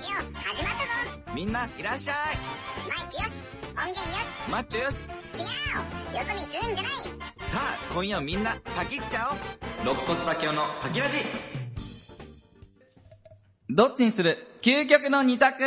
ジオ始まったぞ。 みんないらっしゃい。 マイクよし、音源よし。 マッチョよし。 違う、よそ見するんじゃない。 さあ今夜みんなパキっちゃおう。肋骨パキオのパキラジ。どっちにする究極の二択。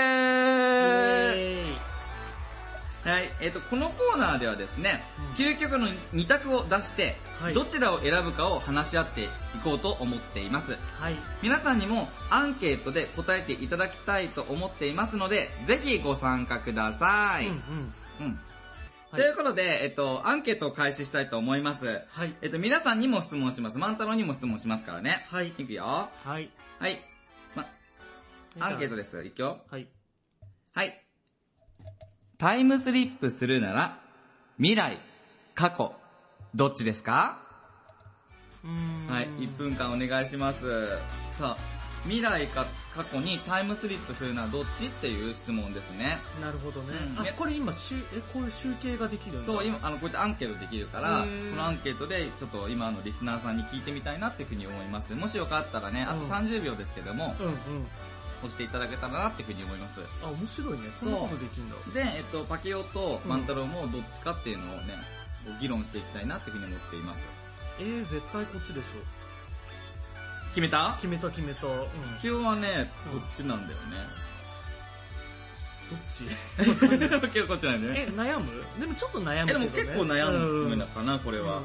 はい、このコーナーではですね、究極の2択を出して、はい、どちらを選ぶかを話し合っていこうと思っています。はい、皆さんにもアンケートで答えていただきたいと思っていますので、ぜひご参加ください。ということで、アンケートを開始したいと思います。はい、皆さんにも質問します。万太郎にも質問しますからね。はい。いくよ。はい。はい。アンケートです。いくよ。はい。はい。タイムスリップするなら、未来、過去、どっちですか？はい、1分間お願いします。さあ、未来か過去にタイムスリップするならどっちっていう質問ですね。 なるほどね。これ今、こういう集計ができるんだ。 そう、今、こうやってアンケートできるから、このアンケートでちょっと今のリスナーさんに聞いてみたいなっていうふうに思います。もしよかったらね、あと30秒ですけども、押していただけたらなっていうふうに思います。 あ、面白いね。そんなことできるんだ。 で、パケオと万太郎もどっちかっていうのをね、議論していきたいなっていうふうに思っています。 絶対こっちでしょ。 決めた。 決めた。 今日はね、こっちなんだよね。 どっち？ 今日こっちなんだよね。 悩む？でもちょっと悩むけどね。 でも結構悩むのかな、これは。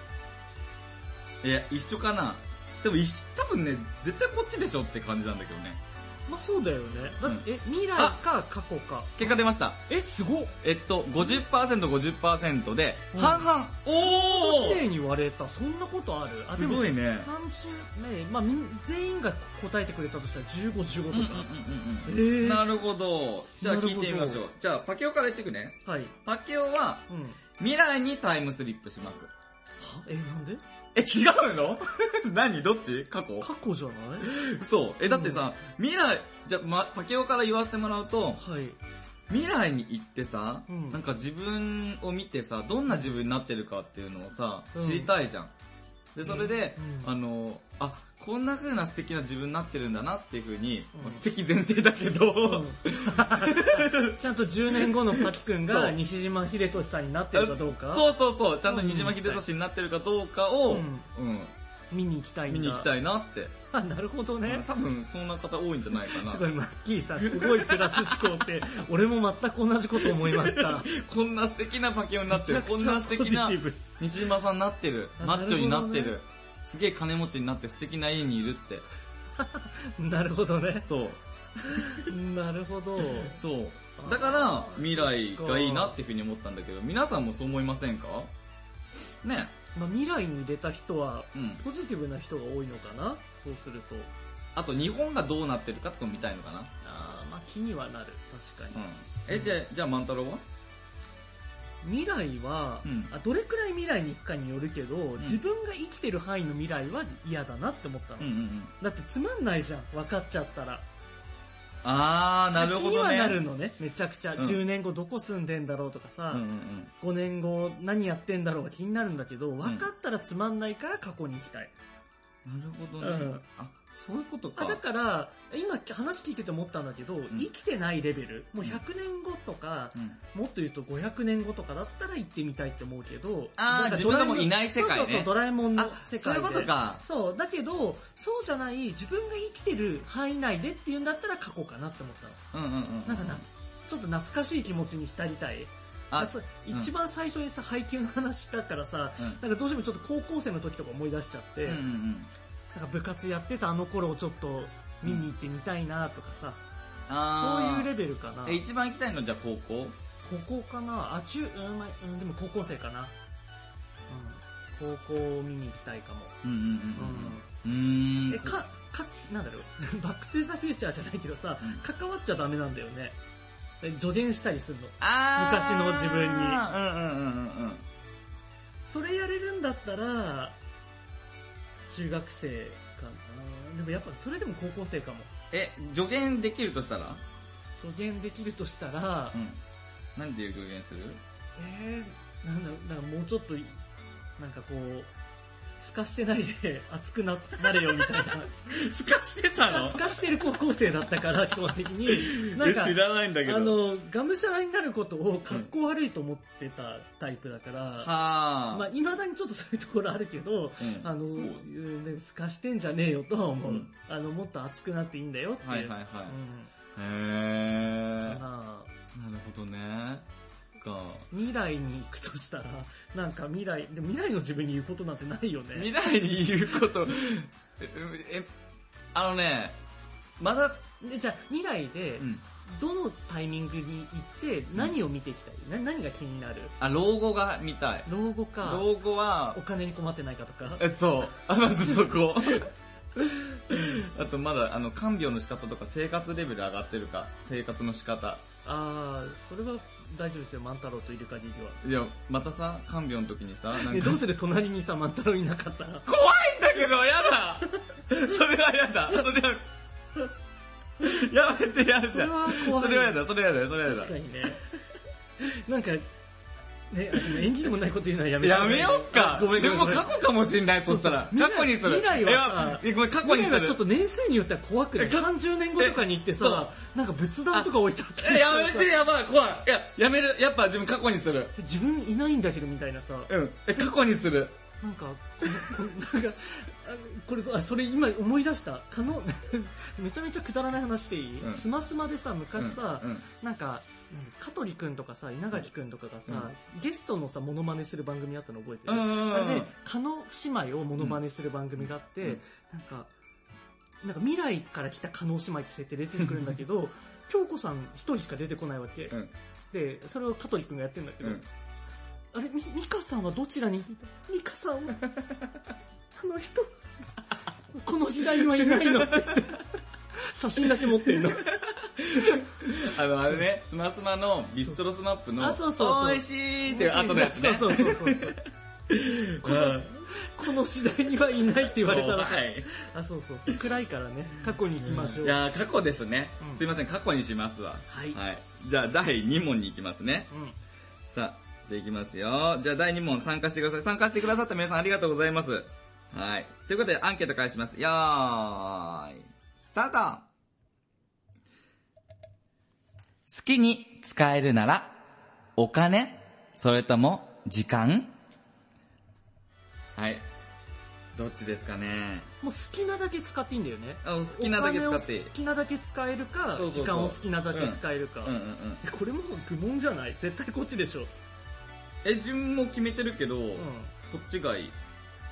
一緒かな。でも多分ね、絶対こっちでしょって感じなんだけどね。 まあそうだよね。だって、未来か過去か。 結果出ました。 すごっ。 50%、50% で、半々。 綺麗に割れた。そんなことある？ すごいね。 まあ全員が答えてくれたとしたら15、15とか。 なるほど。じゃあ聞いてみましょう。じゃあ、パケオから言ってくね。はい。パケオは、未来にタイムスリップします。 なんで？ 違うの？何？どっち？過去？ 過去じゃない？ そう。だってさ、未来、じゃあ、パケオから言わせてもらうと、未来に行ってさ、なんか自分を見てさ、どんな自分になってるかっていうのをさ、知りたいじゃん。で、それで、こんな風な素敵な自分になってるんだなっていう風に、素敵前提だけど、 ちゃんと10年後のパキ君が西島秀俊さんになってるかどうか、 そう、ちゃんと西島秀俊になってるかどうかを、 見に行きたいなって。 なるほどね。 多分そんな方多いんじゃないかな。 すごい、マッキーさん、すごいプラス思考って、俺も全く同じこと思いました。 こんな素敵なパケオになってる。こんな素敵な西島さんになってる。マッチョになってる。すげえ金持ちになって素敵な家にいるって。 なるほどね。 そう。 なるほど。 そう。だから、未来がいいなっていうふうに思ったんだけど、皆さんもそう思いませんか？ね。 未来に入れた人は、ポジティブな人が多いのかな？そうすると。 あと、日本がどうなってるかって見たいのかな？ 気にはなる。確かに。 じゃあ万太郎は？ 未来は、どれくらい未来に行くかによるけど、自分が生きてる範囲の未来は嫌だなって思ったの。だってつまんないじゃん、分かっちゃったら。なるほどね。気にはなるのね、めちゃくちゃ。10年後どこ住んでんだろうとかさ、5年後何やってんだろうが気になるんだけど、分かったらつまんないから過去に行きたい。 なるほどね。そういうことか。 だから、今話聞いてて思ったんだけど、生きてないレベル、もう100年後とか、もっと言うと500年後とかだったら行ってみたいって思うけど、 自分がもういない世界ね。 そう、ドラえもんの世界で。 そういうことか。 そう、だけど、そうじゃない、自分が生きてる範囲内でっていうんだったら過去かなって思ったの。なんかちょっと懐かしい気持ちに浸りたい。一番最初にさ、配給の話したからさ、なんかどうしてもちょっと高校生の時とか思い出しちゃって、なんか部活やってたあの頃をちょっと見に行ってみたいなとかさ、そういうレベルかな。 一番行きたいのじゃあ高校かな。でも高校生かな。高校を見に行きたいかも。なんだろう、バックトゥーザフューチャーじゃないけどさ、関わっちゃダメなんだよね。助言したりするの。昔の自分に。それやれるんだったら、中学生かな。でもやっぱそれでも高校生かも。 助言できるとしたら？ 助言できるとしたら、 何ていう助言する？ なんかもうちょっと、なんかこう、 すかしてないで熱くなれよみたいな。 すかしてたの？ すかしてる高校生だったから、基本的に。なんか、 知らないんだけど。 がむしゃらになることを格好悪いと思ってたタイプだから、まあ、未だにちょっとそういうところあるけど、すかしてんじゃねえよとは思う。もっと熱くなっていいんだよっていう。 はいはいはい。へー。なるほどね。 未来に行くとしたら、なんか未来の自分に言うことなんてないよね。 未来に言うこと、まだ、 じゃあ未来で、どのタイミングに行って何を見ていきたい？何が気になる？ 老後が見たい。 老後か。 老後は、 お金に困ってないかとか。 そう。まずそこ。あとまだ、看病の仕方とか生活レベル上がってるか、生活の仕方。 それは大丈夫ですよ、万太郎といる限りは。いや、またさ、看病の時にさ、なんかどうする隣にさ、万太郎いなかったら。 怖いんだけど、やだそれはやだ。それは、やめてやだ。それは怖い。それはやだ。確かにね。なんか、ね、演技でもないこと言うのはやめよっか。自分も過去かもしんない、そしたら。過去にする。 未来は過去にする。 ちょっと年数によっては怖くない？ 30 年後とかに行ってさ、なんか仏壇とか置いてあった。 やめて、やばい、怖い。いや、やめる。やっぱ自分過去にする。 自分いないんだけどみたいなさ。 過去にする。 なんか、これ、それ今思い出した。めちゃめちゃくだらない話していい？スマスマでさ、昔さ、なんか、香取くんとかさ、稲垣くんとかがさ、ゲストのさ、モノマネする番組あったの覚えてる？あれで、加納姉妹をモノマネする番組があって、なんか未来から来た加納姉妹って設定出てくるんだけど、京子さん一人しか出てこないわけ。で、それを香取くんがやってんだけど、あれ、ミカさんはどちらにいた？ミカさんは、あの人、この時代にはいないのって。写真だけ持ってるの。 あれね、スマスマのビストロスマップの、おいしいっていう後のやつね。 そう。この時代にはいないって言われたら、そう。暗いからね、過去に行きましょう。 いや、過去ですね。すいません、過去にしますわ。はい。じゃあ、第2問に行きますね。さあ、じゃあ行きますよ。じゃあ、第2問参加してください。参加してくださった皆さんありがとうございます。はい。ということで、アンケート返します。よーい、スタート！好きに使えるなら、お金？それとも、時間？はい。どっちですかね。 もう好きなだけ使っていいんだよね。 好きなだけ使っていい。 好きなだけ使えるか、時間を好きなだけ使えるか。これも愚問じゃない？絶対こっちでしょ。 自分も決めてるけど、こっちがいい。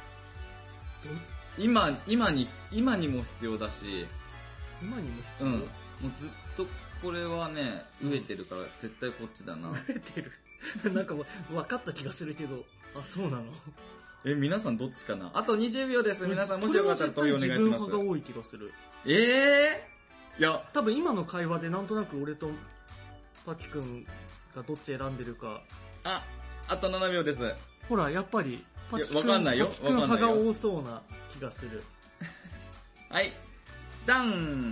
今にも必要だし。 今にも必要？ もうずっとこれはね、飢えてるから絶対こっちだな。 飢えてるなんか分かった気がするけど、そうなの？ 皆さんどっちかな？あと20秒です。皆さんもしよかったら投票お願いします。自分派が多い気がする。 いや、 多分今の会話でなんとなく俺とパキくんがどっち選んでるか。 あと7秒です。 ほら、やっぱりパキくん派が多そうな気がする。 はい、ダン。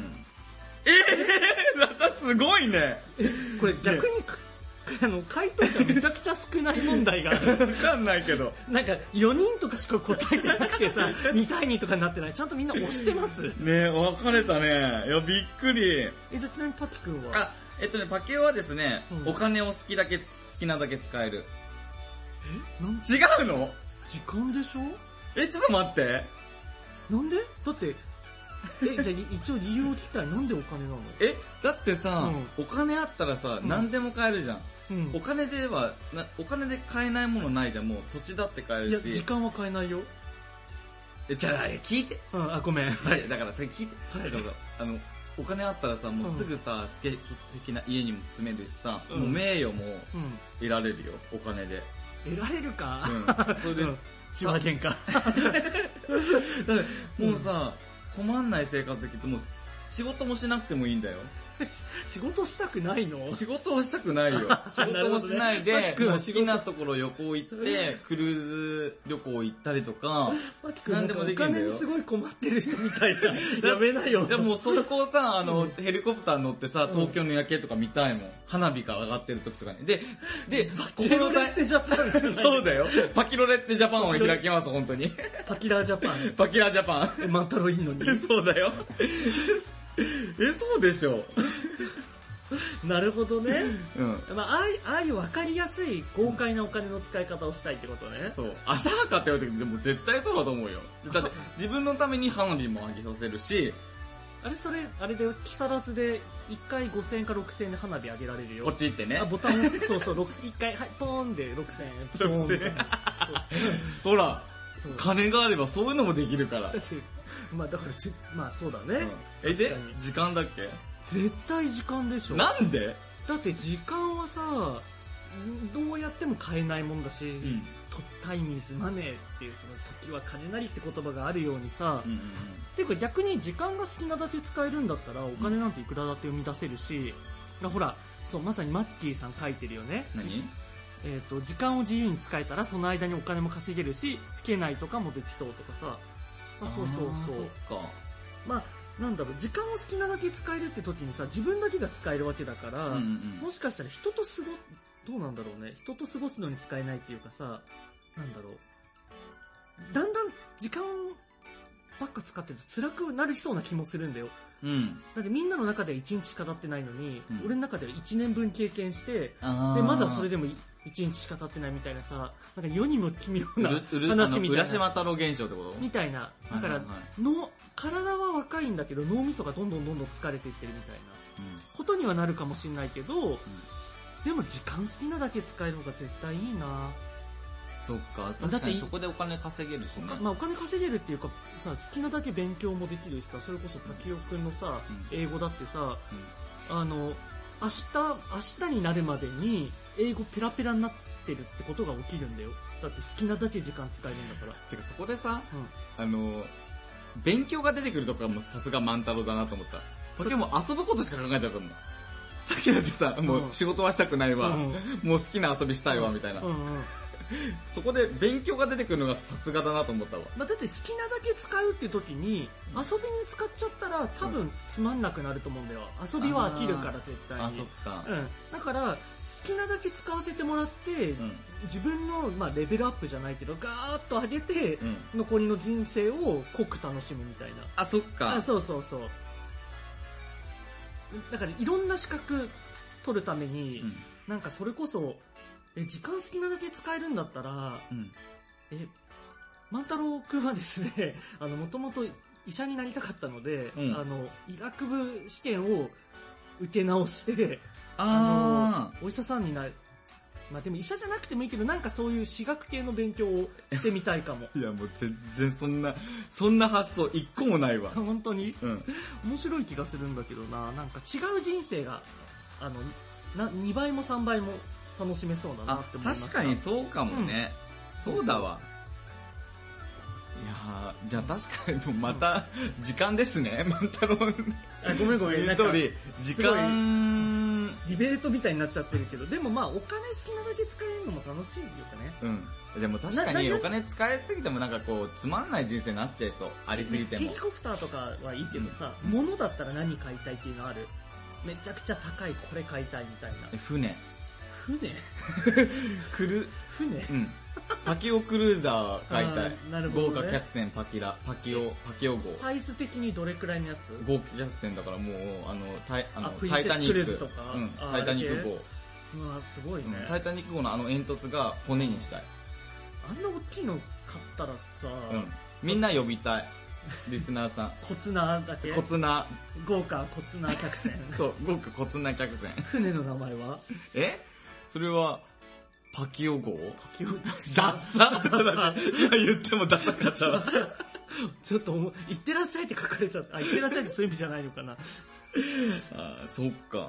すごいね。 これ逆に、回答者めちゃくちゃ少ない問題がある。 わかんないけど。 なんか4人とかしか答えてなくてさ、2対2とかになってない。ちゃんとみんな押してます？ ね、分かれたね。いや、びっくり。 じゃあちなみにパキくんは？ パキオはですね、お金を好きなだけ使える。違うの？ 時間でしょ？ ちょっと待って。 なんで？だって、じゃあ一応理由を聞きたい。なんでお金なの？ だってさ、お金あったらさ、何でも買えるじゃん。お金で買えないものないじゃん。もう土地だって買えるし。 いや、時間は買えないよ。 じゃあ、聞いて。 ごめん。 はい、だからそれ聞いて。はい、どうぞ。お金あったらさ、もうすぐさ、素敵な家にも住めるしさ、もう名誉も得られるよ、お金で。 得られるか？ それで、 千葉県か。 もうさ、困んない生活できて、もう仕事もしなくてもいいんだよ。 仕事したくないの？ 仕事をしたくないよ。仕事もしないで、もう好きなところ旅行行って、クルーズ旅行行ったりとか、 なんでもできるんだよ。お金にすごい困ってる人みたいじゃん。やめないよ。 でもそこをさ、ヘリコプター乗ってさ、東京の夜景とか見たいもん。花火が上がってる時とかに。で、 パキロレッテジャパン。 そうだよ。パキロレッテジャパンを開きます、本当に。 パキラージャパン。 パキラージャパン。 万太郎いんのに。 そうだよ。そうでしょ。 なるほどね。 うん。 まあ、ああいう分かりやすい豪快なお金の使い方をしたいってことね。 そう。浅はかって言われてでも絶対そうだと思うよ。だって自分のために花火も上げさせるし、 あれで木更津で1回5000円か6000円で花火上げられるよ。 こっち行ってね。 ボタンを、そう、1回、はい、ポーンで6000円。 6000円。ほら、金があればそういうのもできるから。 まあだからまあそうだね。 時間だっけ？ 絶対時間でしょ。 なんで？ だって時間はさ、どうやっても買えないもんだし、タイミーズマネーっていうその時は金なりって言葉があるようにさ、っていうか逆に時間が好きなだけ使えるんだったらお金なんていくらだって生み出せるし、ほら、そう、まさにマッキーさん書いてるよね。 何？ 時間を自由に使えたらその間にお金も稼げるし、老けないとかもできそうとかさ。そう。 そっか。 まあ、なんだろう、時間を好きなだけ使えるって時にさ、自分だけが使えるわけだから、もしかしたらどうなんだろうね。人と過ごすのに使えないっていうかさ、なんだろう。だんだん時間ばっか使ってると辛くなりそうな気もするんだよ。だってみんなの中では1日しか経ってないのに、俺の中では1年分経験して、で、まだそれでも1日しか経ってないみたいなさ、なんか世にも奇妙な話みたいな。 浦島太郎現象ってことみたいな。だから、体は若いんだけど脳みそがどんどん疲れていってるみたいなことにはなるかもしれないけど、でも時間好きなだけ使える方が絶対いいな。 そっか、確かにそこでお金稼げるしね。 まあお金稼げるっていうかさ、好きなだけ勉強もできるしさ、それこそ滝尾くんのさ、英語だってさ、明日になるまでに英語ペラペラになってるってことが起きるんだよ。だって好きなだけ時間使えるんだから。 てかそこでさ、勉強が出てくるとこがもうさすが万太郎だなと思った。僕も遊ぶことしか考えてなかったもん。さっきだってさ、もう仕事はしたくないわ、もう好きな遊びしたいわみたいな。そこで勉強が出てくるのがさすがだなと思ったわ。 まあ、だって好きなだけ使うって時に、遊びに使っちゃったら多分つまんなくなると思うんだよ。遊びは飽きるから絶対に。 あ、そっか。 だから、好きなだけ使わせてもらって、自分の、まあ、レベルアップじゃないけど、ガーッと上げて、残りの人生を濃く楽しむみたいな。 あ、そっか。 そう。だからいろんな資格取るために、なんかそれこそ、時間好きなだけ使えるんだったら、万太郎くんはですね、もともと医者になりたかったので、医学部試験を受け直して、お医者さんになる。まあでも医者じゃなくてもいいけど、なんかそういう私学系の勉強をしてみたいかも。 いやもう全然そんな発想一個もないわ。 本当に、面白い気がするんだけどな。なんか違う人生が、2倍も3倍も楽しめそうだなって思いました。 確かにそうかもね。そうだわ。いやー、じゃあ確かにまた時間ですね、万太郎。 ごめん。 言う通り、時間、 ディベートみたいになっちゃってるけど、でもまあお金好きなだけ使えるのも楽しいよね。 でも確かにお金使いすぎてもなんかこう、つまんない人生になっちゃいそう。ありすぎても。 ヘリコプターとかはいいけどさ、物だったら何買いたいっていうのある？めちゃくちゃ高いこれ買いたいみたいな。 船パキオクルーザー買いたい。 なるほど、ね。 豪華客船パキオ号。 サイズ的にどれくらいのやつ？ 豪華客船だからもう、タイタニック。タイタニック号。 すごいね。 タイタニック号の煙突が骨にしたい。 あんな大きいの買ったらさ、 みんな呼びたい。リスナーさん。 コツナだけ？ コツナ。 豪華コツナ客船。 そう、豪華コツナ客船。 船の名前は？ それは、パキオ号？ パキオダッサ今言ってもダサかったわ。 ちょっと、行ってらっしゃいって書かれちゃった。行ってらっしゃいってそういう意味じゃないのかな。 そっか。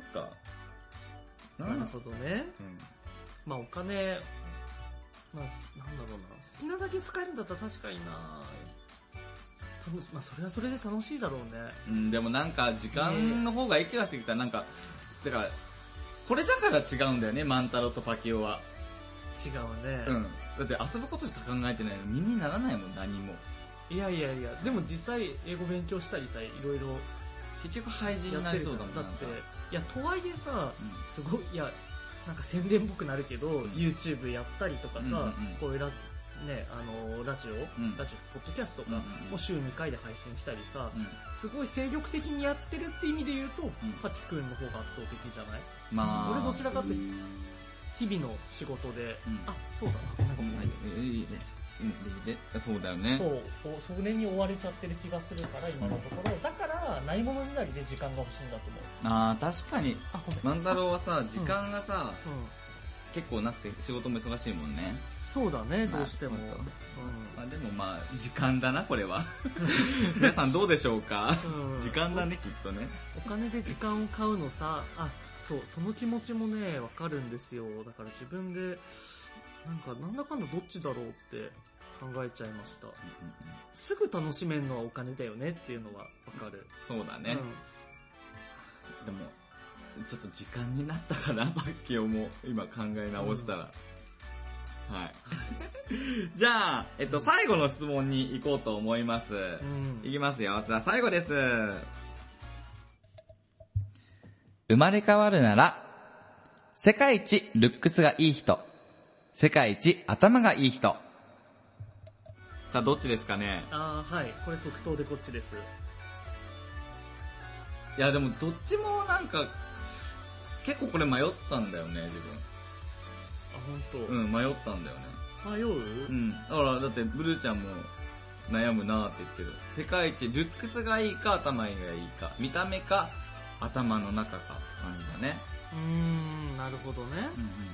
なるほどね。まあお金、まあなんだろうな。好きなだけ使えるんだったら確かにな。 まあそれはそれで楽しいだろうね。 うん、でもなんか時間の方がいい気がしてきた。なんか、だから、これだから違うんだよね、万太郎とパキオは。 違うね。 うん。だって遊ぶことしか考えてないの身にならないもん、何も。 いや、でも実際英語勉強したりさ、いろいろ。 結局廃人になりそうだもん。 だって、いや、とはいえさ、すごい、いや、なんか宣伝っぽくなるけど、YouTube やったりとかさ、こういうね、ラジオ、ポッドキャストとかも週2回で配信したりさ、すごい精力的にやってるって意味で言うと、パキくんの方が圧倒的じゃない？まあ、俺どちらかって日々の仕事で、あ、そうだな、なんかもうそうだよね。 そう、それに追われちゃってる気がするから、今のところ。だから、ないものになりで時間が欲しいんだと思う。 あー、確かに。万太郎はさ、時間がさ、結構なくて仕事も忙しいもんね。 そうだね、どうしても。 でもまあ、時間だな、これは。皆さんどうでしょうか？時間だね、きっとね。 お金で時間を買うのさ、そう、その気持ちもね、わかるんですよ。だから自分で、なんだかんだどっちだろうって考えちゃいました。すぐ楽しめるのはお金だよねっていうのはわかる。 そうだね。でも、ちょっと時間になったかな、パッキオも今考え直したら。はい。じゃあ、最後の質問に行こうと思います。いきますよ。さあ、最後です。生まれ変わるなら、世界一ルックスがいい人、世界一頭がいい人。さあ、どっちですかね？ はい。これ即答でこっちです。 いや、でもどっちもなんか、結構これ迷ったんだよね、自分。 本当。 迷ったんだよね。 迷う？ だから、だってブルーちゃんも悩むなーって言ってる。世界一ルックスがいいか頭がいいか、見た目か頭の中か感じだね。 なるほどね。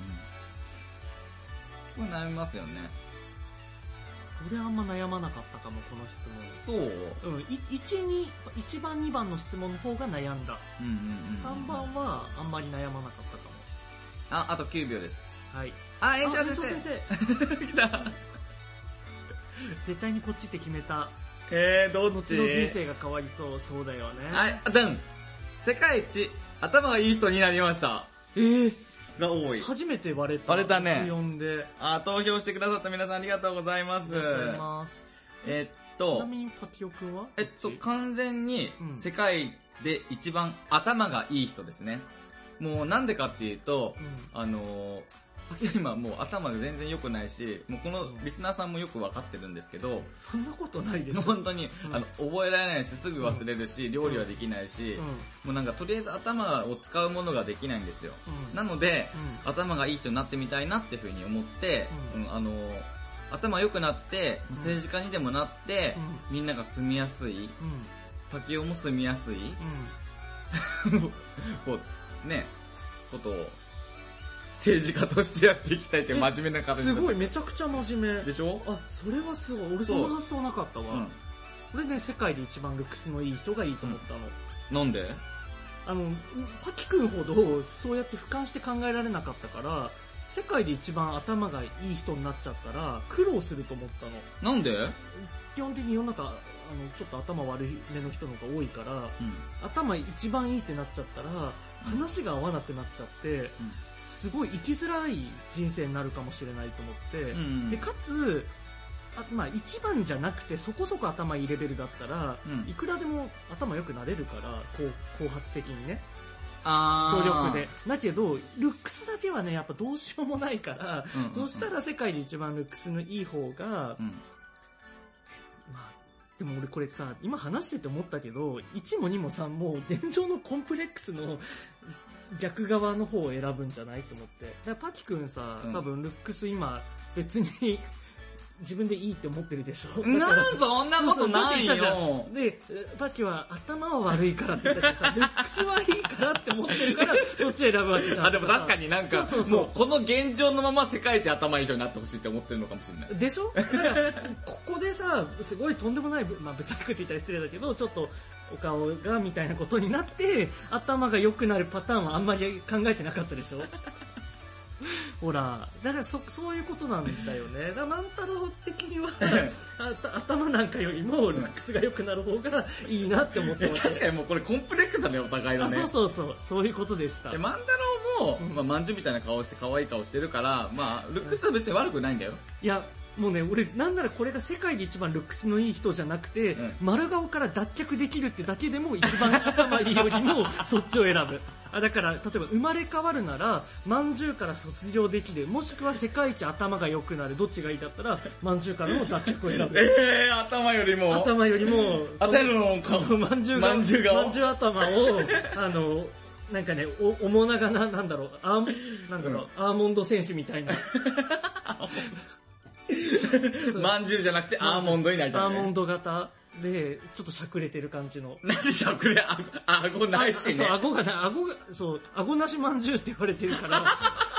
これ悩みますよね。 俺あんま悩まなかったかも、この質問。そう？1番2番の質問の方が悩んだ。3番はあんまり悩まなかったかも。 あと9秒です。 はい。 園長先生来た。 絶対にこっちって決めた。 どっち？ 後の人生が変わりそう。そうだよね。 はい、ドン。世界一頭がいい人になりました。が多い。 初めて割れた。 割れたね。 呼んで。 投票してくださった皆さんありがとうございます。 ありがとうございます。ちなみにパキオくんは？ 完全に世界で一番頭がいい人ですね。もうなんでかっていうと、パキオ今もう頭が全然良くないし、もうこのリスナーさんもよくわかってるんですけど、 そんなことないでしょ。 本当に、覚えられないし、すぐ忘れるし、料理はできないし、もうなんかとりあえず頭を使うものができないんですよ。なので、頭がいい人になってみたいなっていう風に思って、頭良くなって、政治家にでもなって、みんなが住みやすい、パキオも住みやすい、こう、ね、ことを、政治家としてやっていきたいって真面目な方すごい、めちゃくちゃ真面目。 でしょ？ それはすごい。俺その発想なかったわ。俺ね、世界で一番ルックスのいい人がいいと思ったの。なんで？ パキくんほど、そうやって俯瞰して考えられなかったから、世界で一番頭がいい人になっちゃったら、苦労すると思ったの。 なんで？ 基本的に世の中、ちょっと頭悪い目の人の方が多いから、頭一番いいってなっちゃったら、話が合わなくなっちゃって、すごい生きづらい人生になるかもしれないと思って、でかつ一番じゃなくてそこそこ頭いいレベルだったら、いくらでも頭良くなれるから、後発的にね、努力で。だけどルックスだけはね、やっぱどうしようもないから、そしたら世界で一番ルックスのいい方が、でも俺これさ、今話してて思ったけど、1も2も3も現状のコンプレックスの逆側の方を選ぶんじゃないと思って。だからパキくんさ、多分ルックス今別に自分でいいって思ってるでしょ。 そんなことないよ。 で、パキは頭は悪いからって言ったけどさ、ルックスはいいからって思ってるから、どっち選ぶわけじゃん。 でも確かになんか、もうこの現状のまま世界一頭いい人になってほしいって思ってるのかもしれない。 でしょ？だから、ここでさ、すごいとんでもない、ブサイクって言ったら失礼だけど、ちょっと、お顔がみたいなことになって、頭が良くなるパターンはあんまり考えてなかったでしょ？ ほら、だからそういうことなんだよね。だから万太郎的には頭なんかよりもルックスが良くなる方がいいなって思ってます。 確かにもうこれコンプレックスだね、お互いのね。 そういうことでした。 万太郎も、まんじゅうみたいな顔して可愛い顔してるから、まあ、ルックスは別に悪くないんだよ。 いや、もうね、俺、なんならこれが世界で一番ルックスのいい人じゃなくて、丸顔から脱却できるってだけでも一番頭いいよりもそっちを選ぶ。だから、例えば生まれ変わるなら、まんじゅうから卒業できる、もしくは世界一頭が良くなる、どっちがいいだったら、まんじゅうからの脱却を選ぶ。 頭よりもまんじゅう頭を、なんかね、面長な、なんだろう、アーモンド戦士みたいな。 まんじゅうじゃなくてアーモンドになりたい、ね。 アーモンド型で、ちょっとしゃくれてる感じの。 なんでしゃくれ、顎ないしね。 そう、顎なしまんじゅうって言われてるから。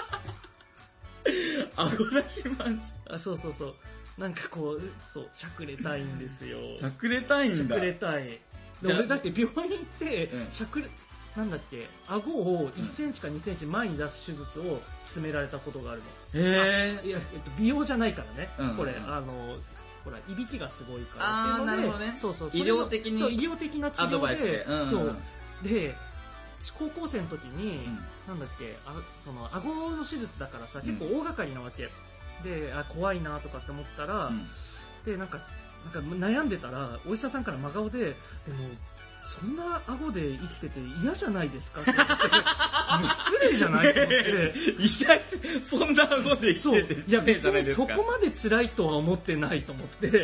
顎なしまんじゅう。 そう。なんかこう、そう、しゃくれたいんですよ。 しゃくれたいんだ。 しゃくれたい。で俺だって病院行って、なんだっけ、顎を1センチか2センチ前に出す手術を勧められたことがあるの。いや、美容じゃないからね。これ、ほら、いびきがすごいからっていうので。 なるほどね。 そう。 医療的な治療で。 アドバイスで。 そう。で、高校生の時に、なんだっけ、その、顎の手術だからさ、結構大掛かりなわけ。で、怖いなとかって思ったら、で、なんか悩んでたら、お医者さんから真顔で、でも、そんな顎で生きてて嫌じゃないですかって言って、失礼じゃないと思って。 医者、そんな顎で生きてていや別にそこまで辛いとは思ってないと思って、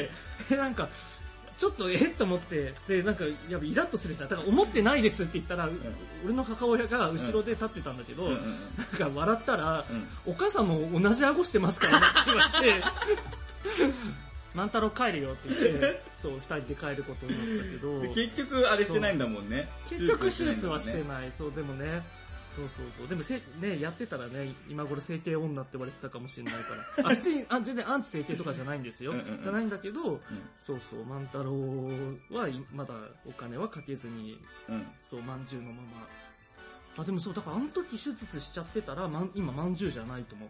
なんか、ちょっとと思って、で、なんか、やっぱイラッとするじゃん。だから思ってないですって言ったら、俺の母親が後ろで立ってたんだけど、なんか笑ったら、お母さんも同じ顎してますからねって言われて、万太郎帰るよって言って、そう、二人で帰ることになったけど。 結局あれしてないんだもんね。 結局手術はしてない。そう、でもね。そう。でもね、やってたらね、今頃整形女って言われてたかもしれないから。別に、全然アンチ整形とかじゃないんですよ。じゃないんだけど、そう、万太郎はまだお金はかけずに、そう、まんじゅうのまま。でもそう、だからあの時手術しちゃってたら、今まんじゅうじゃないと思う。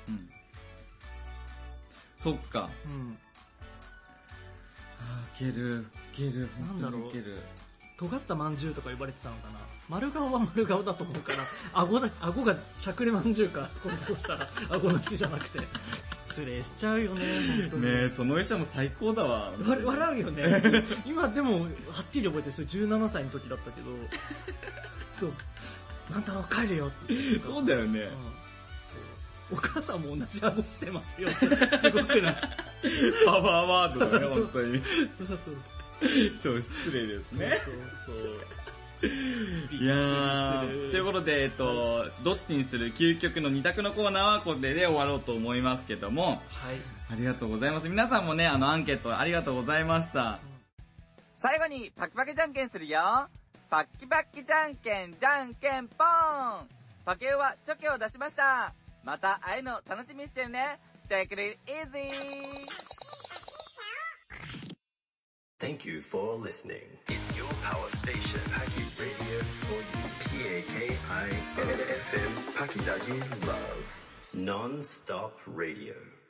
そっか。いける、 なんだろう。尖ったまんじゅうとか呼ばれてたのかな。丸顔は丸顔だと思うから、顎がしゃくれまんじゅうか。そうしたら、顎なしじゃなくて。失礼しちゃうよね、本当に。 ねえ、その医者も最高だわ。 笑うよね。今でも、はっきり覚えてる。それ17歳の時だったけど、そう、万太郎帰るよって言ってた。 そうだよね。 お母さんも同じ顎してますよ。すごくない？ パワーワードだね、本当に。 そう。 超失礼ですね。 そう。 いやー、ということで、どっちにする究極の二択のコーナーはこれで終わろうと思いますけども、はい。ありがとうございます。皆さんもね、アンケートありがとうございました。最後にパキパキじゃんけんするよ。パキパキじゃんけん、じゃんけんぽーん。パケオはチョキを出しました。また会えるの楽しみにしてるね。Take it easy! Thank you for listening. It's your power station, Paki Radio for you. PAKI FM, Paki Daji Love. Non-stop radio.